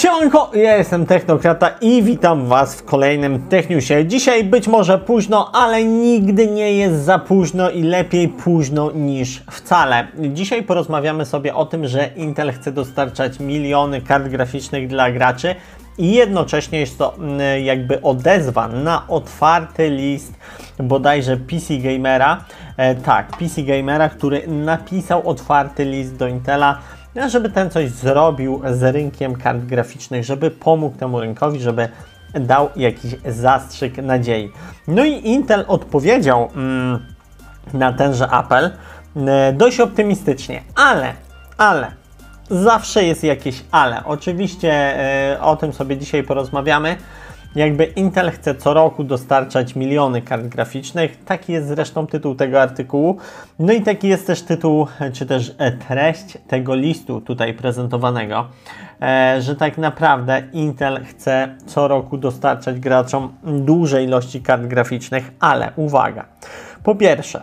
Siemanko, ja jestem Technokrata i witam Was w kolejnym Techniusie. Dzisiaj być może późno, ale nigdy nie jest za późno i lepiej późno niż wcale. Dzisiaj porozmawiamy sobie o tym, że Intel chce dostarczać miliony kart graficznych dla graczy i jednocześnie jest to jakby odezwa na otwarty list bodajże PC Gamera. Tak, PC Gamera, który napisał otwarty list do Intela, żeby ten coś zrobił z rynkiem kart graficznych, żeby pomógł temu rynkowi, żeby dał jakiś zastrzyk nadziei. No i Intel odpowiedział na tenże apel dość optymistycznie, ale zawsze jest jakieś ale. Oczywiście o tym sobie dzisiaj porozmawiamy. Jakby Intel chce co roku dostarczać miliony kart graficznych. Taki jest zresztą tytuł tego artykułu. No i taki jest też tytuł, czy też treść tego listu tutaj prezentowanego, że tak naprawdę Intel chce co roku dostarczać graczom duże ilości kart graficznych, ale uwaga. Po pierwsze,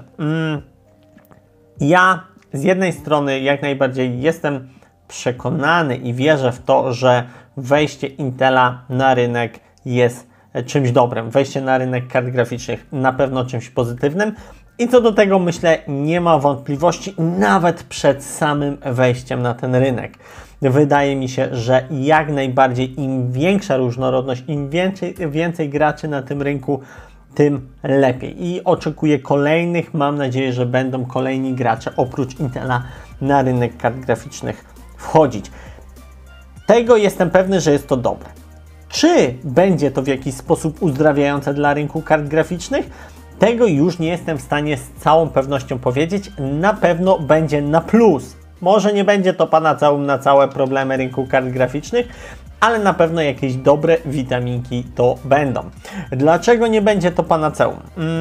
ja z jednej strony jak najbardziej jestem przekonany i wierzę w to, że wejście Intela na rynek jest czymś dobrym. Wejście na rynek kart graficznych na pewno czymś pozytywnym i co do tego myślę nie ma wątpliwości nawet przed samym wejściem na ten rynek. Wydaje mi się, że jak najbardziej im większa różnorodność, im więcej graczy na tym rynku, tym lepiej. I oczekuję kolejnych, mam nadzieję, że będą kolejni gracze oprócz Intela na rynek kart graficznych wchodzić. Tego jestem pewny, że jest to dobre. Czy będzie to w jakiś sposób uzdrawiające dla rynku kart graficznych? Tego już nie jestem w stanie z całą pewnością powiedzieć. Na pewno będzie na plus. Może nie będzie to panaceum na całe problemy rynku kart graficznych, ale na pewno jakieś dobre witaminki to będą. Dlaczego nie będzie to panaceum?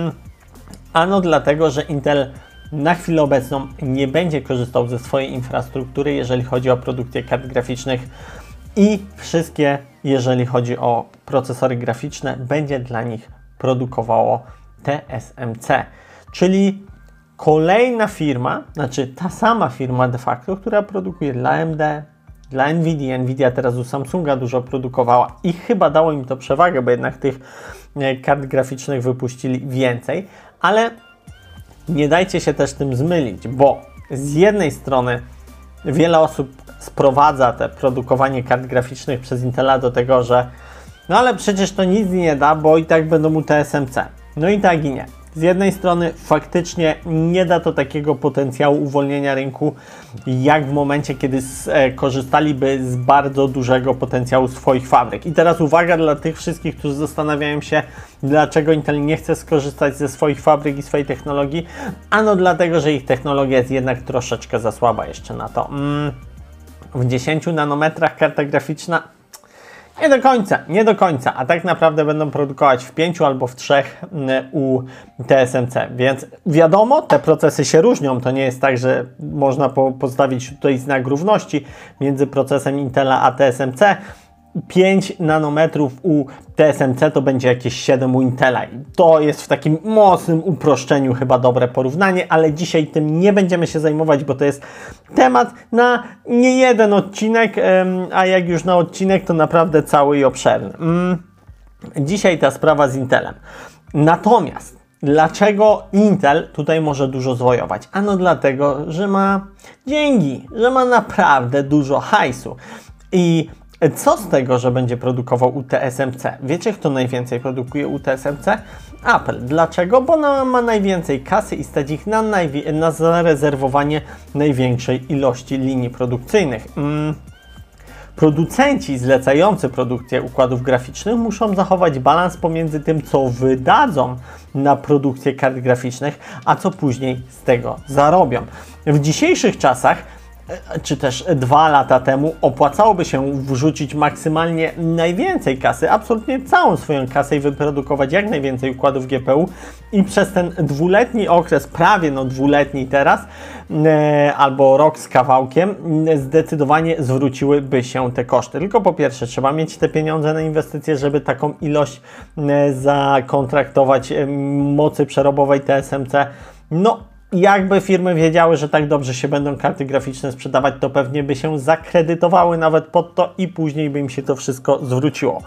Ano dlatego, że Intel na chwilę obecną nie będzie korzystał ze swojej infrastruktury, jeżeli chodzi o produkcję kart graficznych i wszystkie, jeżeli chodzi o procesory graficzne, będzie dla nich produkowało TSMC, czyli kolejna firma, znaczy ta sama firma de facto, która produkuje dla AMD, dla Nvidia. Nvidia teraz u Samsunga dużo produkowała i chyba dało im to przewagę, bo jednak tych kart graficznych wypuścili więcej, ale nie dajcie się też tym zmylić, bo z jednej strony wiele osób sprowadza te produkowanie kart graficznych przez Intela do tego, że no ale przecież to nic nie da, bo i tak będą mu TSMC. No i tak i nie. Z jednej strony faktycznie nie da to takiego potencjału uwolnienia rynku, jak w momencie, kiedy korzystaliby z bardzo dużego potencjału swoich fabryk. I teraz uwaga dla tych wszystkich, którzy zastanawiają się, dlaczego Intel nie chce skorzystać ze swoich fabryk i swojej technologii. Ano dlatego, że ich technologia jest jednak troszeczkę za słaba jeszcze na to. W 10 nanometrach karta graficzna nie do końca, a tak naprawdę będą produkować w 5 albo w 3 u TSMC, więc wiadomo, te procesy się różnią, to nie jest tak, że można postawić tutaj znak równości między procesem Intela a TSMC. 5 nanometrów u TSMC to będzie jakieś 7 u Intela i to jest w takim mocnym uproszczeniu chyba dobre porównanie, ale dzisiaj tym nie będziemy się zajmować, bo to jest temat na nie jeden odcinek, a jak już na odcinek to naprawdę cały i obszerny. Dzisiaj ta sprawa z Intelem. Natomiast dlaczego Intel tutaj może dużo zwojować? Ano dlatego, że ma dzięki, że ma naprawdę dużo hajsu i co z tego, że będzie produkował u TSMC? Wiecie, kto najwięcej produkuje u TSMC? Apple. Dlaczego? Bo ma najwięcej kasy i stać ich na zarezerwowanie największej ilości linii produkcyjnych. Producenci zlecający produkcję układów graficznych muszą zachować balans pomiędzy tym, co wydadzą na produkcję kart graficznych, a co później z tego zarobią. W dzisiejszych czasach czy też 2 lata temu opłacałoby się wrzucić maksymalnie najwięcej kasy, absolutnie całą swoją kasę i wyprodukować jak najwięcej układów GPU i przez ten dwuletni okres, prawie dwuletni teraz, albo rok z kawałkiem, zdecydowanie zwróciłyby się te koszty. Tylko po pierwsze trzeba mieć te pieniądze na inwestycje, żeby taką ilość zakontraktować mocy przerobowej TSMC. No jakby firmy wiedziały, że tak dobrze się będą karty graficzne sprzedawać, to pewnie by się zakredytowały nawet pod to i później by im się to wszystko zwróciło.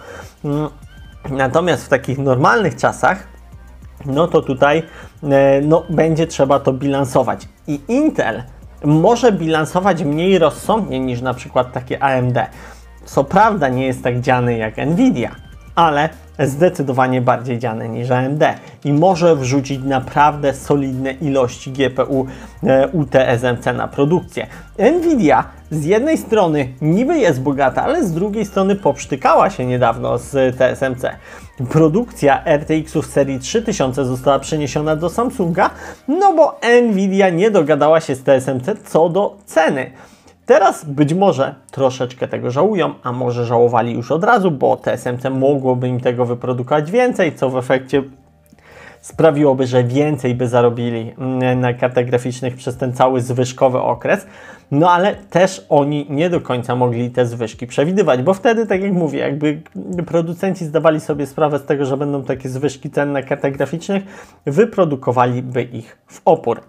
Natomiast w takich normalnych czasach, no to tutaj będzie trzeba to bilansować. I Intel może bilansować mniej rozsądnie niż na przykład takie AMD. Co prawda nie jest tak dziany jak Nvidia, ale zdecydowanie bardziej dziany niż AMD i może wrzucić naprawdę solidne ilości GPU UTSMC na produkcję. Nvidia z jednej strony niby jest bogata, ale z drugiej strony poprztykała się niedawno z TSMC. Produkcja RTX-ów serii 3000 została przeniesiona do Samsunga, no bo Nvidia nie dogadała się z TSMC co do ceny. Teraz być może troszeczkę tego żałują, a może żałowali już od razu, bo TSMC mogłoby im tego wyprodukować więcej, co w efekcie sprawiłoby, że więcej by zarobili na kartach graficznych przez ten cały zwyżkowy okres. No ale też oni nie do końca mogli te zwyżki przewidywać, bo wtedy, tak jak mówię, jakby producenci zdawali sobie sprawę z tego, że będą takie zwyżki cen na kartach graficznych, wyprodukowaliby ich w opór.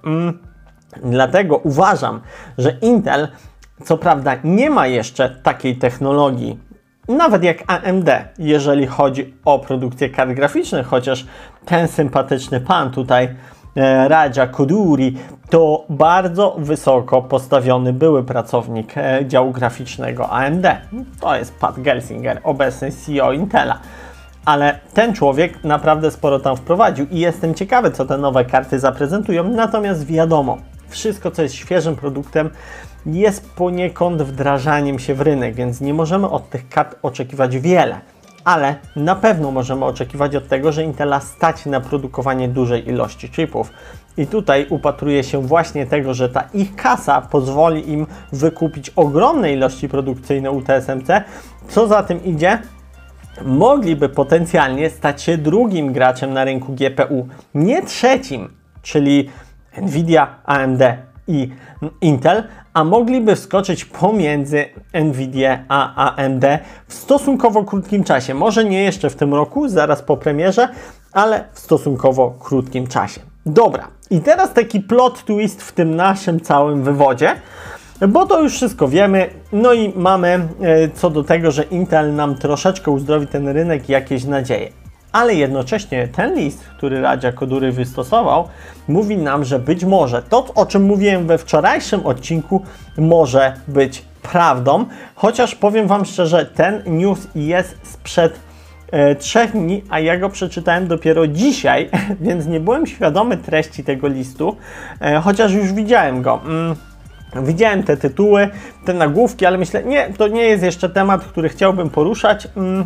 Dlatego uważam, że Intel co prawda nie ma jeszcze takiej technologii, nawet jak AMD, jeżeli chodzi o produkcję kart graficznych, chociaż ten sympatyczny pan tutaj, Raja Koduri, to bardzo wysoko postawiony były pracownik działu graficznego AMD. To jest Pat Gelsinger, obecny CEO Intela. Ale ten człowiek naprawdę sporo tam wprowadził i jestem ciekawy, co te nowe karty zaprezentują. Natomiast wiadomo, wszystko, co jest świeżym produktem, jest poniekąd wdrażaniem się w rynek, więc nie możemy od tych kart oczekiwać wiele. Ale na pewno możemy oczekiwać od tego, że Intela stać na produkowanie dużej ilości chipów. I tutaj upatruję się właśnie tego, że ta ich kasa pozwoli im wykupić ogromne ilości produkcyjne UTSMC. Co za tym idzie? Mogliby potencjalnie stać się drugim graczem na rynku GPU, nie trzecim, czyli Nvidia, AMD i Intel, a mogliby wskoczyć pomiędzy Nvidia a AMD w stosunkowo krótkim czasie. Może nie jeszcze w tym roku, zaraz po premierze, ale w stosunkowo krótkim czasie. Dobra, i teraz taki plot twist w tym naszym całym wywodzie, bo to już wszystko wiemy, no i mamy co do tego, że Intel nam troszeczkę uzdrowi ten rynek, jakieś nadzieje. Ale jednocześnie ten list, który Raja Koduri wystosował, mówi nam, że być może to, o czym mówiłem we wczorajszym odcinku, może być prawdą. Chociaż powiem Wam szczerze, ten news jest sprzed 3 dni, a ja go przeczytałem dopiero dzisiaj, więc nie byłem świadomy treści tego listu, chociaż już widziałem go. Widziałem te tytuły, te nagłówki, ale myślę, nie, to nie jest jeszcze temat, który chciałbym poruszać.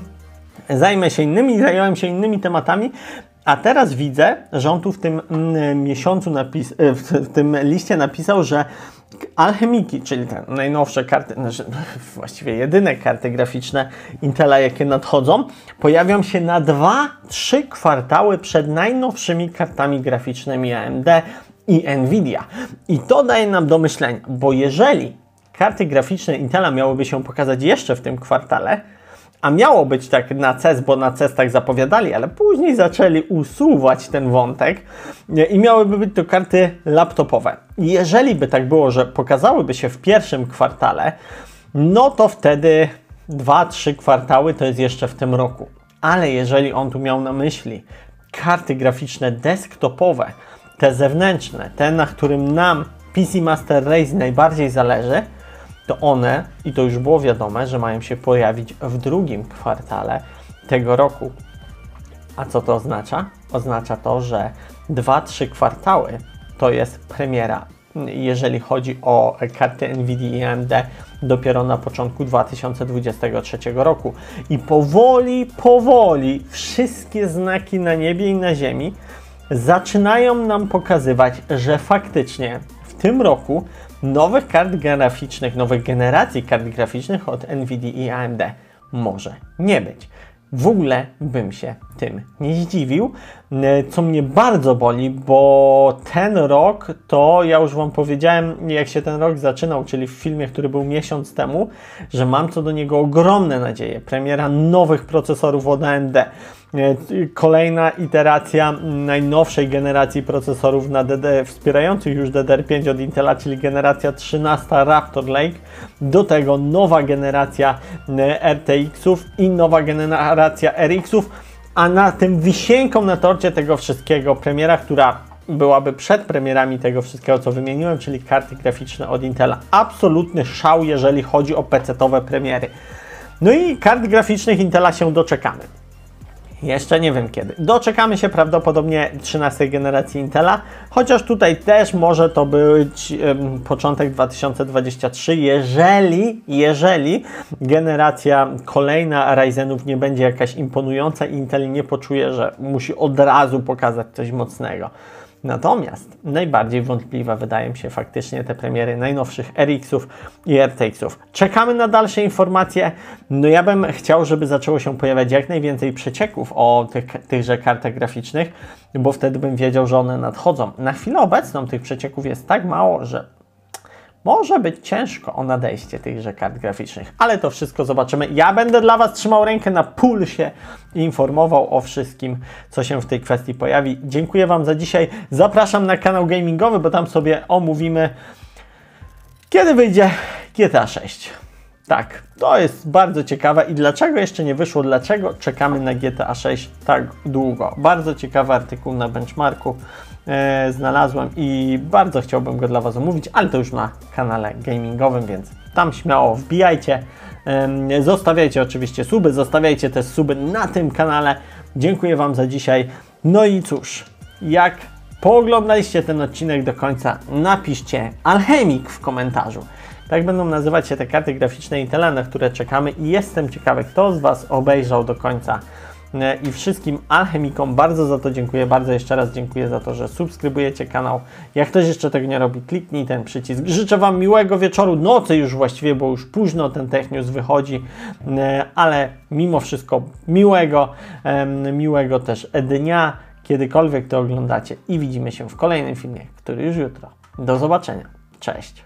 Zajmę się zająłem się innymi tematami, a teraz widzę, że on tu w tym miesiącu w tym liście napisał, że alchemiki, czyli te najnowsze karty, właściwie jedyne karty graficzne Intela, jakie nadchodzą, pojawią się na 2-3 kwartały przed najnowszymi kartami graficznymi AMD i Nvidia. I to daje nam do myślenia, bo jeżeli karty graficzne Intela miałyby się pokazać jeszcze w tym kwartale, a miało być tak na CES, bo na CES tak zapowiadali, ale później zaczęli usuwać ten wątek i miałyby być to karty laptopowe. Jeżeli by tak było, że pokazałyby się w pierwszym kwartale, no to wtedy 2-3 kwartały to jest jeszcze w tym roku. Ale jeżeli on tu miał na myśli karty graficzne desktopowe, te zewnętrzne, te, na którym nam PC Master Race najbardziej zależy, to one, i to już było wiadome, że mają się pojawić w drugim kwartale tego roku. A co to oznacza? Oznacza to, że 2-3 kwartały to jest premiera, jeżeli chodzi o karty Nvidia i AMD, dopiero na początku 2023 roku. I powoli wszystkie znaki na niebie i na ziemi zaczynają nam pokazywać, że faktycznie w tym roku nowych kart graficznych, nowych generacji kart graficznych od Nvidia i AMD może nie być. W ogóle bym się tym nie zdziwił, co mnie bardzo boli, bo ten rok, to ja już Wam powiedziałem, jak się ten rok zaczynał, czyli w filmie, który był miesiąc temu, że mam co do niego ogromne nadzieje. Premiera nowych procesorów od AMD, Kolejna iteracja najnowszej generacji procesorów na wspierających już DDR5 od Intela, czyli generacja 13 Raptor Lake. Do tego nowa generacja RTX-ów i nowa generacja RX-ów, a na tym wisienką na torcie tego wszystkiego premiera, która byłaby przed premierami tego wszystkiego, co wymieniłem, czyli karty graficzne od Intela. Absolutny szał, jeżeli chodzi o PC-towe premiery. No i kart graficznych Intela się doczekamy. Jeszcze nie wiem kiedy. Doczekamy się prawdopodobnie 13 generacji Intela, chociaż tutaj też może to być początek 2023, jeżeli generacja kolejna Ryzenów nie będzie jakaś imponująca i Intel nie poczuje, że musi od razu pokazać coś mocnego. Natomiast najbardziej wątpliwe wydają mi się faktycznie te premiery najnowszych RX-ów i RTX-ów. Czekamy na dalsze informacje. No ja bym chciał, żeby zaczęło się pojawiać jak najwięcej przecieków o tychże kartach graficznych, bo wtedy bym wiedział, że one nadchodzą. Na chwilę obecną tych przecieków jest tak mało, że może być ciężko o nadejście tychże kart graficznych, ale to wszystko zobaczymy. Ja będę dla Was trzymał rękę na pulsie i informował o wszystkim, co się w tej kwestii pojawi. Dziękuję Wam za dzisiaj. Zapraszam na kanał gamingowy, bo tam sobie omówimy, kiedy wyjdzie GTA 6. Tak, to jest bardzo ciekawe i dlaczego jeszcze nie wyszło, dlaczego czekamy na GTA 6 tak długo. Bardzo ciekawy artykuł na Benchmarku znalazłem i bardzo chciałbym go dla Was omówić, ale to już na kanale gamingowym, więc tam śmiało wbijajcie. Zostawiajcie oczywiście suby, zostawiajcie też suby na tym kanale. Dziękuję Wam za dzisiaj. No i cóż, jak pooglądaliście ten odcinek do końca, napiszcie Alchemik w komentarzu. Tak będą nazywać się te karty graficzne Intela, na które czekamy i jestem ciekawy, kto z Was obejrzał do końca. I wszystkim alchemikom bardzo za to dziękuję, bardzo jeszcze raz dziękuję za to, że subskrybujecie kanał. Jak ktoś jeszcze tego nie robi, kliknij ten przycisk. Życzę Wam miłego wieczoru, nocy już właściwie, bo już późno ten Technews wychodzi, ale mimo wszystko miłego też dnia, kiedykolwiek to oglądacie i widzimy się w kolejnym filmie, który już jutro. Do zobaczenia. Cześć.